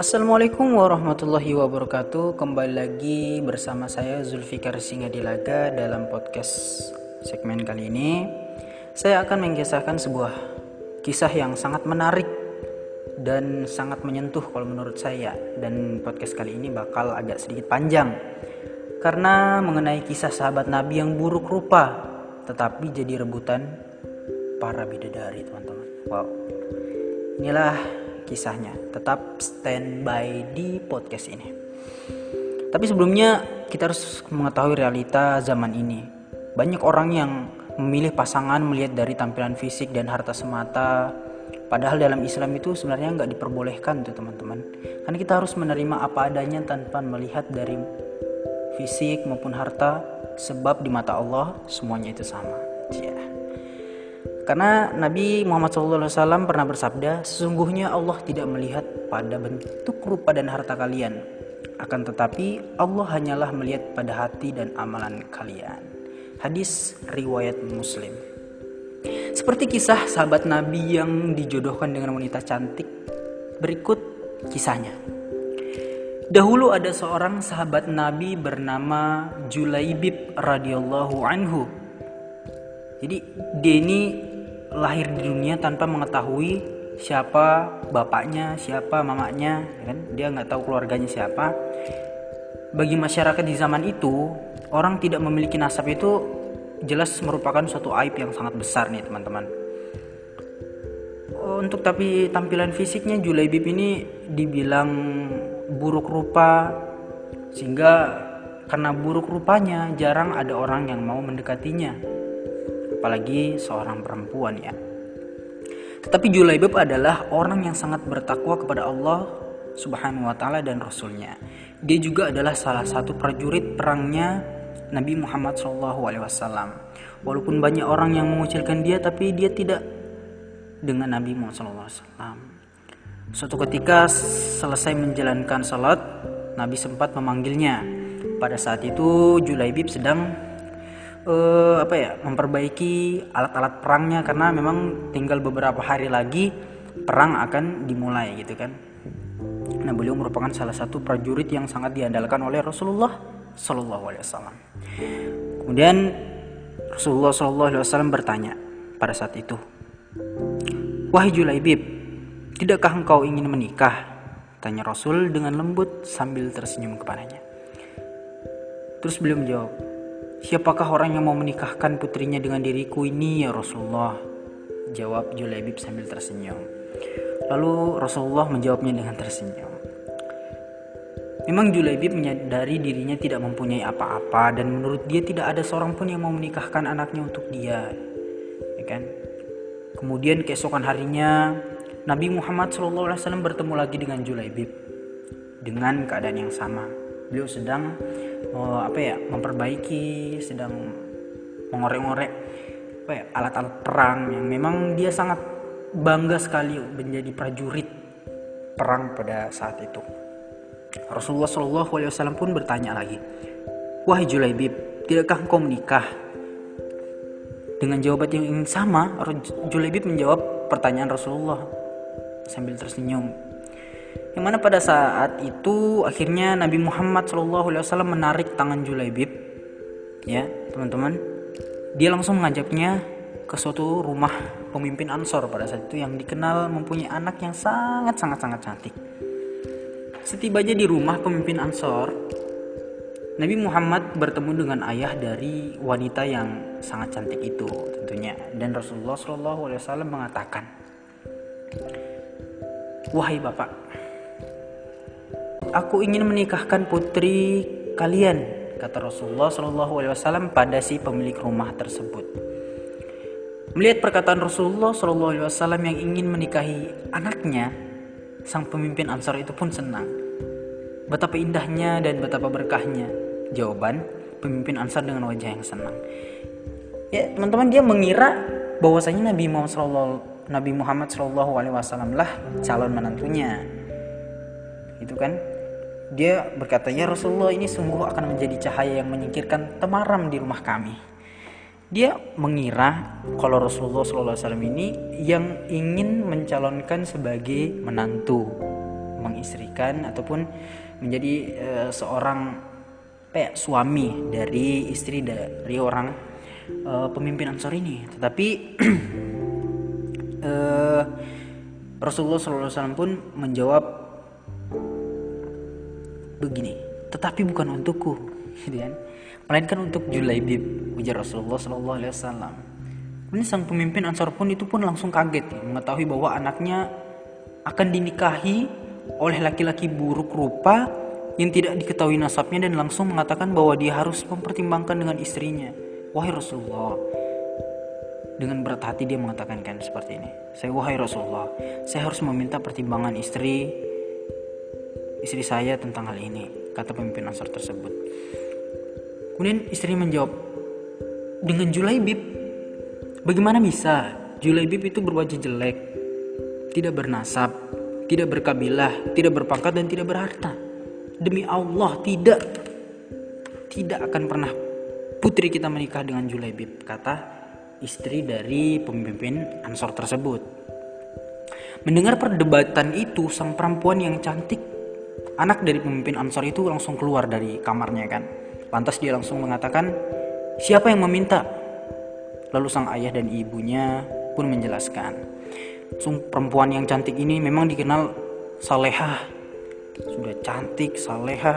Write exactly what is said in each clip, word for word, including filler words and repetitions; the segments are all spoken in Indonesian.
Assalamualaikum warahmatullahi wabarakatuh. Kembali lagi bersama saya Zulfikar Singadilaga dalam podcast segmen kali ini. Saya akan mengisahkan sebuah kisah yang sangat menarik dan sangat menyentuh kalau menurut saya. Dan podcast kali ini bakal agak sedikit panjang karena mengenai kisah sahabat Nabi yang buruk rupa tetapi jadi rebutan para bidadari, teman-teman. Wow. Inilah kisahnya. Tetap standby di podcast ini. Tapi sebelumnya kita harus mengetahui realita zaman ini. Banyak orang yang memilih pasangan melihat dari tampilan fisik dan harta semata. Padahal dalam Islam itu sebenarnya nggak diperbolehkan tuh, teman-teman. Karena kita harus menerima apa adanya tanpa melihat dari fisik maupun harta. Sebab di mata Allah semuanya itu sama. Ya. Karena Nabi Muhammad shallallahu alaihi wasallam pernah bersabda, sesungguhnya Allah tidak melihat pada bentuk rupa dan harta kalian, akan tetapi Allah hanyalah melihat pada hati dan amalan kalian. Hadis riwayat Muslim. Seperti kisah sahabat Nabi yang dijodohkan dengan wanita cantik, berikut kisahnya. Dahulu ada seorang sahabat Nabi bernama Julaibib radhiyallahu anhu. Jadi dia ini lahir di dunia tanpa mengetahui siapa bapaknya, siapa mamanya, kan? Dia nggak tahu keluarganya siapa. Bagi masyarakat di zaman itu, orang tidak memiliki nasab itu jelas merupakan suatu aib yang sangat besar nih, teman-teman. Untuk tapi tampilan fisiknya Julaibib ini dibilang buruk rupa, sehingga karena buruk rupanya jarang ada orang yang mau mendekatinya. Apalagi seorang perempuan ya. Tetapi Julaibib adalah orang yang sangat bertakwa kepada Allah Subhanahu wa taala dan Rasulnya. Dia juga adalah salah satu prajurit perangnya Nabi Muhammad shallallahu alaihi wasallam. Walaupun banyak orang yang mengucilkan dia, tapi dia tidak dengan Nabi Muhammad shallallahu alaihi wasallam. Suatu ketika selesai menjalankan salat, Nabi sempat memanggilnya. Pada saat itu Julaibib sedang Uh, apa ya memperbaiki alat-alat perangnya karena memang tinggal beberapa hari lagi perang akan dimulai gitu kan. Nah, beliau merupakan salah satu prajurit yang sangat diandalkan oleh Rasulullah Shallallahu Alaihi Wasallam. Kemudian Rasulullah Shallallahu Alaihi Wasallam bertanya pada saat itu, "Wahai Julaibib, tidakkah engkau ingin menikah?" Tanya Rasul dengan lembut sambil tersenyum kepadanya. Terus beliau menjawab, "Siapakah orang yang mau menikahkan putrinya dengan diriku ini ya Rasulullah?" Jawab Julaibib sambil tersenyum. Lalu Rasulullah menjawabnya dengan tersenyum. Memang Julaibib menyadari dirinya tidak mempunyai apa-apa dan menurut dia tidak ada seorang pun yang mau menikahkan anaknya untuk dia, ya kan? Kemudian keesokan harinya Nabi Muhammad shallallahu alaihi wasallam bertemu lagi dengan Julaibib dengan keadaan yang sama. Beliau sedang oh, apa ya memperbaiki, sedang mengorek-ngorek apa ya, alat-alat perang yang memang dia sangat bangga sekali menjadi prajurit perang pada saat itu. Rasulullah shallallahu alaihi wasallam pun bertanya lagi, "Wahai Julaibib, tidakkah engkau menikah?" Dengan jawaban yang sama, Julaibib menjawab pertanyaan Rasulullah sambil tersenyum. Yang mana pada saat itu akhirnya Nabi Muhammad shallallahu alaihi wasallam menarik tangan Julaibib, ya teman-teman. Dia langsung mengajaknya ke suatu rumah pemimpin Ansor pada saat itu yang dikenal mempunyai anak yang sangat sangat sangat cantik. Setibanya di rumah pemimpin Ansor, Nabi Muhammad bertemu dengan ayah dari wanita yang sangat cantik itu tentunya, dan Rasulullah shallallahu alaihi wasallam mengatakan, "Wahai bapak, aku ingin menikahkan putri kalian," kata Rasulullah shallallahu alaihi wasallam pada si pemilik rumah tersebut. Melihat perkataan Rasulullah shallallahu alaihi wasallam yang ingin menikahi anaknya, sang pemimpin Ansar itu pun senang. Betapa indahnya dan betapa berkahnya jawaban pemimpin Ansar dengan wajah yang senang. Ya teman-teman, dia mengira bahwasanya Nabi Muhammad shallallahu Nabi Muhammad shallallahu alaihi wasallam lah calon menantunya. Itu kan? Dia berkata, "Ya Rasulullah, ini sungguh akan menjadi cahaya yang menyingkirkan temaram di rumah kami." Dia mengira kalau Rasulullah shallallahu alaihi wasallam ini yang ingin mencalonkan sebagai menantu, mengistrikan ataupun menjadi uh, seorang apa ya, suami dari istri dari orang uh, pemimpin Ansor ini. Tetapi uh, Rasulullah shallallahu alaihi wasallam pun menjawab begini, tetapi bukan untukku, gitu kan? Melainkan untuk Julaibib, ujar Rasulullah shallallahu alaihi wasallam. Ini sang pemimpin Ansor pun itu pun langsung kaget ya, mengetahui bahwa anaknya akan dinikahi oleh laki-laki buruk rupa yang tidak diketahui nasabnya, dan langsung mengatakan bahwa dia harus mempertimbangkan dengan istrinya. Wahai Rasulullah, dengan berat hati dia mengatakan kan seperti ini. Saya wahai Rasulullah, saya harus meminta pertimbangan istri istri saya tentang hal ini, kata pemimpin Ansor tersebut. Kemudian istri menjawab dengan Julaibib, bagaimana bisa? Julaibib itu berwajah jelek, tidak bernasab, tidak berkabilah, tidak berpangkat, dan tidak berharta. Demi Allah, tidak tidak akan pernah putri kita menikah dengan Julaibib, kata istri dari pemimpin Ansor tersebut. Mendengar perdebatan itu, sang perempuan yang cantik, anak dari pemimpin Ansor itu langsung keluar dari kamarnya kan. Lantas dia langsung mengatakan, siapa yang meminta? Lalu sang ayah dan ibunya pun menjelaskan, sang perempuan yang cantik ini memang dikenal salehah, sudah cantik, salehah,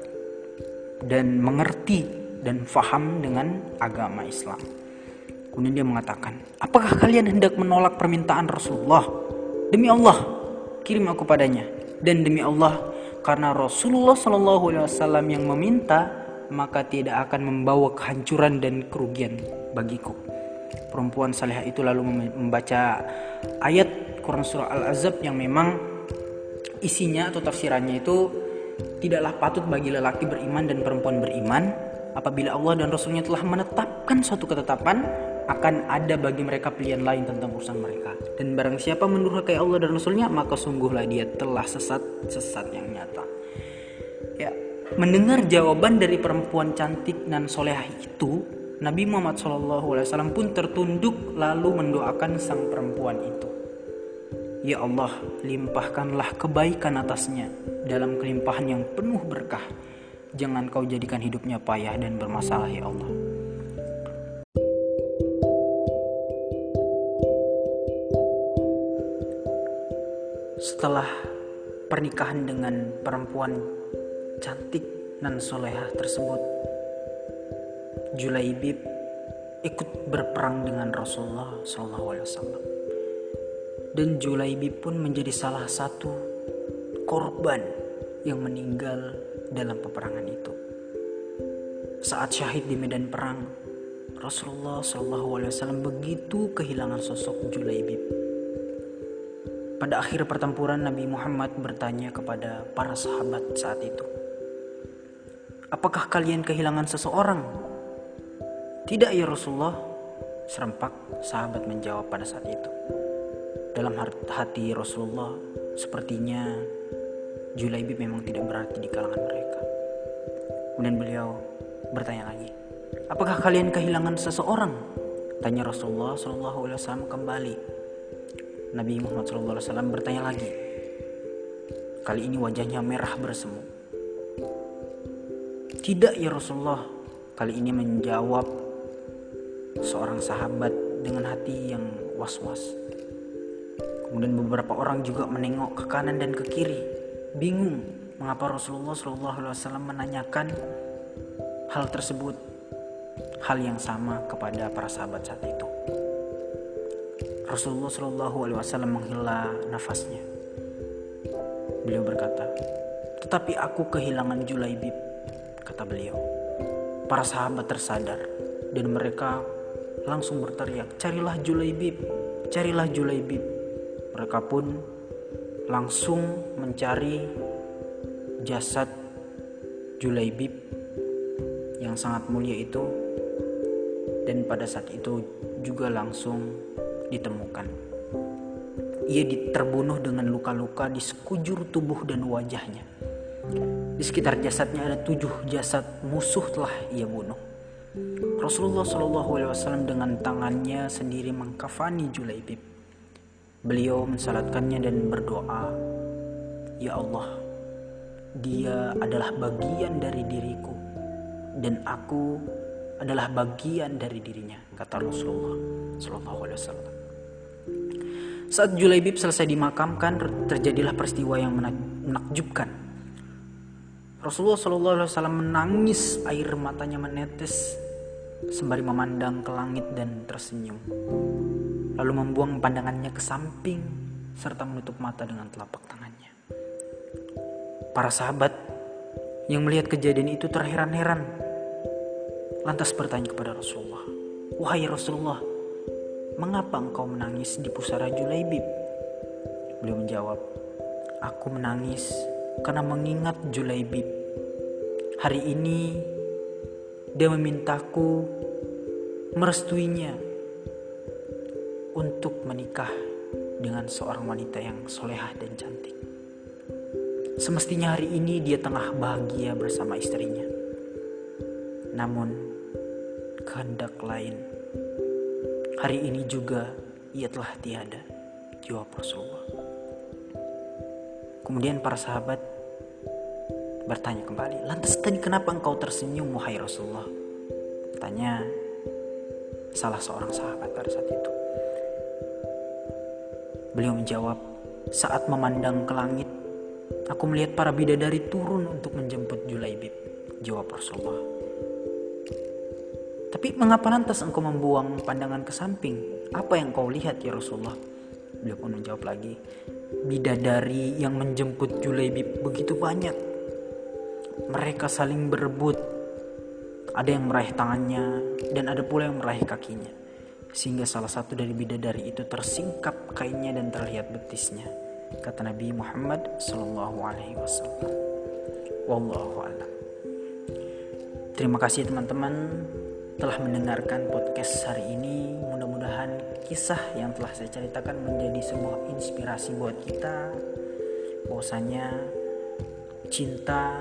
dan mengerti dan faham dengan agama Islam. Kemudian dia mengatakan, apakah kalian hendak menolak permintaan Rasulullah? Demi Allah, kirim aku padanya. Dan demi Allah, karena Rasulullah shallallahu alaihi wasallam yang meminta, maka tidak akan membawa kehancuran dan kerugian bagiku. Perempuan salihah itu lalu membaca ayat Quran surah Al-Ahzab yang memang isinya atau tafsirannya itu, tidaklah patut bagi lelaki beriman dan perempuan beriman apabila Allah dan Rasulnya telah menetapkan suatu ketetapan, akan ada bagi mereka pilihan lain tentang urusan mereka. Dan barang siapa mendurhakai Allah dan Rasulnya, maka sungguhlah dia telah sesat, sesat yang nyata. Ya, mendengar jawaban dari perempuan cantik dan solehah itu, Nabi Muhammad shallallahu alaihi wasallam pun tertunduk lalu mendoakan sang perempuan itu. Ya Allah, limpahkanlah kebaikan atasnya dalam kelimpahan yang penuh berkah. Jangan kau jadikan hidupnya payah dan bermasalah ya Allah. Setelah pernikahan dengan perempuan cantik dan solehah tersebut, Julaibib ikut berperang dengan Rasulullah shallallahu alaihi wasallam. Dan Julaibib pun menjadi salah satu korban yang meninggal dalam peperangan itu. Saat syahid di medan perang, Rasulullah shallallahu alaihi wasallam begitu kehilangan sosok Julaibib. Pada akhir pertempuran, Nabi Muhammad bertanya kepada para sahabat saat itu, apakah kalian kehilangan seseorang? Tidak ya Rasulullah, serempak sahabat menjawab pada saat itu. Dalam hati Rasulullah, sepertinya Julaibib memang tidak berarti di kalangan mereka. Kemudian beliau bertanya lagi, apakah kalian kehilangan seseorang? Tanya Rasulullah shallallahu alaihi wasallam kembali. Nabi Muhammad shallallahu alaihi wasallam bertanya lagi. Kali ini wajahnya merah bersemu. Tidak ya Rasulullah, kali ini menjawab seorang sahabat dengan hati yang was-was. Kemudian beberapa orang juga menengok ke kanan dan ke kiri, bingung mengapa Rasulullah shallallahu alaihi wasallam menanyakan hal tersebut, hal yang sama kepada para sahabat saat itu. Rasulullah shallallahu alaihi wasallam menghela nafasnya. Beliau berkata, tetapi aku kehilangan Julaibib, kata beliau. Para sahabat tersadar dan mereka langsung berteriak, carilah Julaibib, carilah Julaibib. Mereka pun langsung mencari jasad Julaibib yang sangat mulia itu, dan pada saat itu juga langsung ditemukan. Ia terbunuh dengan luka-luka di sekujur tubuh dan wajahnya. Di sekitar jasadnya ada tujuh jasad musuh telah ia bunuh. Rasulullah shallallahu alaihi wasallam dengan tangannya sendiri mengkafani Julaibib. Beliau mensalatkannya dan berdoa, "Ya Allah, dia adalah bagian dari diriku dan aku adalah bagian dari dirinya," kata Rasulullah Shallallahu Alaihi Wasallam. Saat Julaibib selesai dimakamkan, terjadilah peristiwa yang menakjubkan. Rasulullah Shallallahu Alaihi Wasallam menangis, air matanya menetes sembari memandang ke langit dan tersenyum, lalu membuang pandangannya ke samping serta menutup mata dengan telapak tangannya. Para sahabat yang melihat kejadian itu terheran-heran, lantas bertanya kepada Rasulullah, "Wahai Rasulullah, mengapa engkau menangis di pusara Julaibib?" Beliau menjawab, "Aku menangis karena mengingat Julaibib. Hari ini dia memintaku merestuinya untuk menikah dengan seorang wanita yang solehah dan cantik. Semestinya hari ini dia tengah bahagia bersama istrinya. Namun kehendak lain, hari ini juga ia telah tiada," jawab Rasulullah. Kemudian para sahabat bertanya kembali, "Lantas tadi kenapa engkau tersenyum, wahai Rasulullah?" Tanya salah seorang sahabat pada saat itu. Beliau menjawab, "Saat memandang ke langit, aku melihat para bidadari turun untuk menjemput Julaibib," jawab Rasulullah. "Tapi mengapa lantas engkau membuang pandangan ke samping? Apa yang kau lihat ya Rasulullah?" Beliau pun menjawab lagi, "Bidadari yang menjemput Julaibib begitu banyak. Mereka saling berebut. Ada yang meraih tangannya dan ada pula yang meraih kakinya. Sehingga salah satu dari bidadari itu tersingkap kainnya dan terlihat betisnya," kata Nabi Muhammad Sallallahu Alaihi Wasallam. Wallahu a'lam. Terima kasih teman-teman telah mendengarkan podcast hari ini. Mudah-mudahan kisah yang telah saya ceritakan menjadi sebuah inspirasi buat kita, bahwasanya cinta,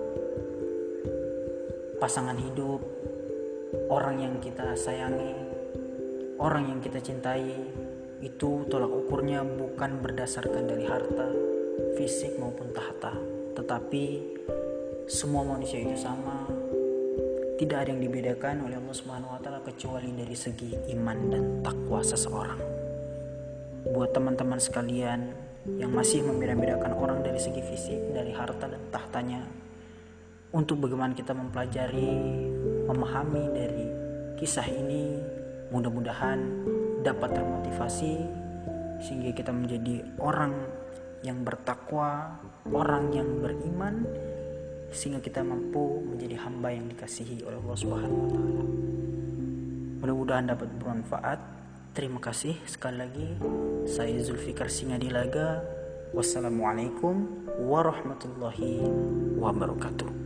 pasangan hidup, orang yang kita sayangi, orang yang kita cintai, itu tolak ukurnya bukan berdasarkan dari harta, fisik maupun tahta, tetapi semua manusia itu sama. Tidak ada yang dibedakan oleh Allah Subhanahu wa taala kecuali dari segi iman dan takwa seseorang. Buat teman-teman sekalian yang masih membeda-bedakan orang dari segi fisik, dari harta dan tahtanya, untuk bagaimana kita mempelajari, memahami dari kisah ini, mudah-mudahan dapat termotivasi sehingga kita menjadi orang yang bertakwa, orang yang beriman, sehingga kita mampu menjadi hamba yang dikasihi oleh Allah Subhanahu wa taala. Mudah-mudahan dapat bermanfaat. Terima kasih sekali lagi. Saya Zulfikar Singadilaga. Wassalamualaikum warahmatullahi wabarakatuh.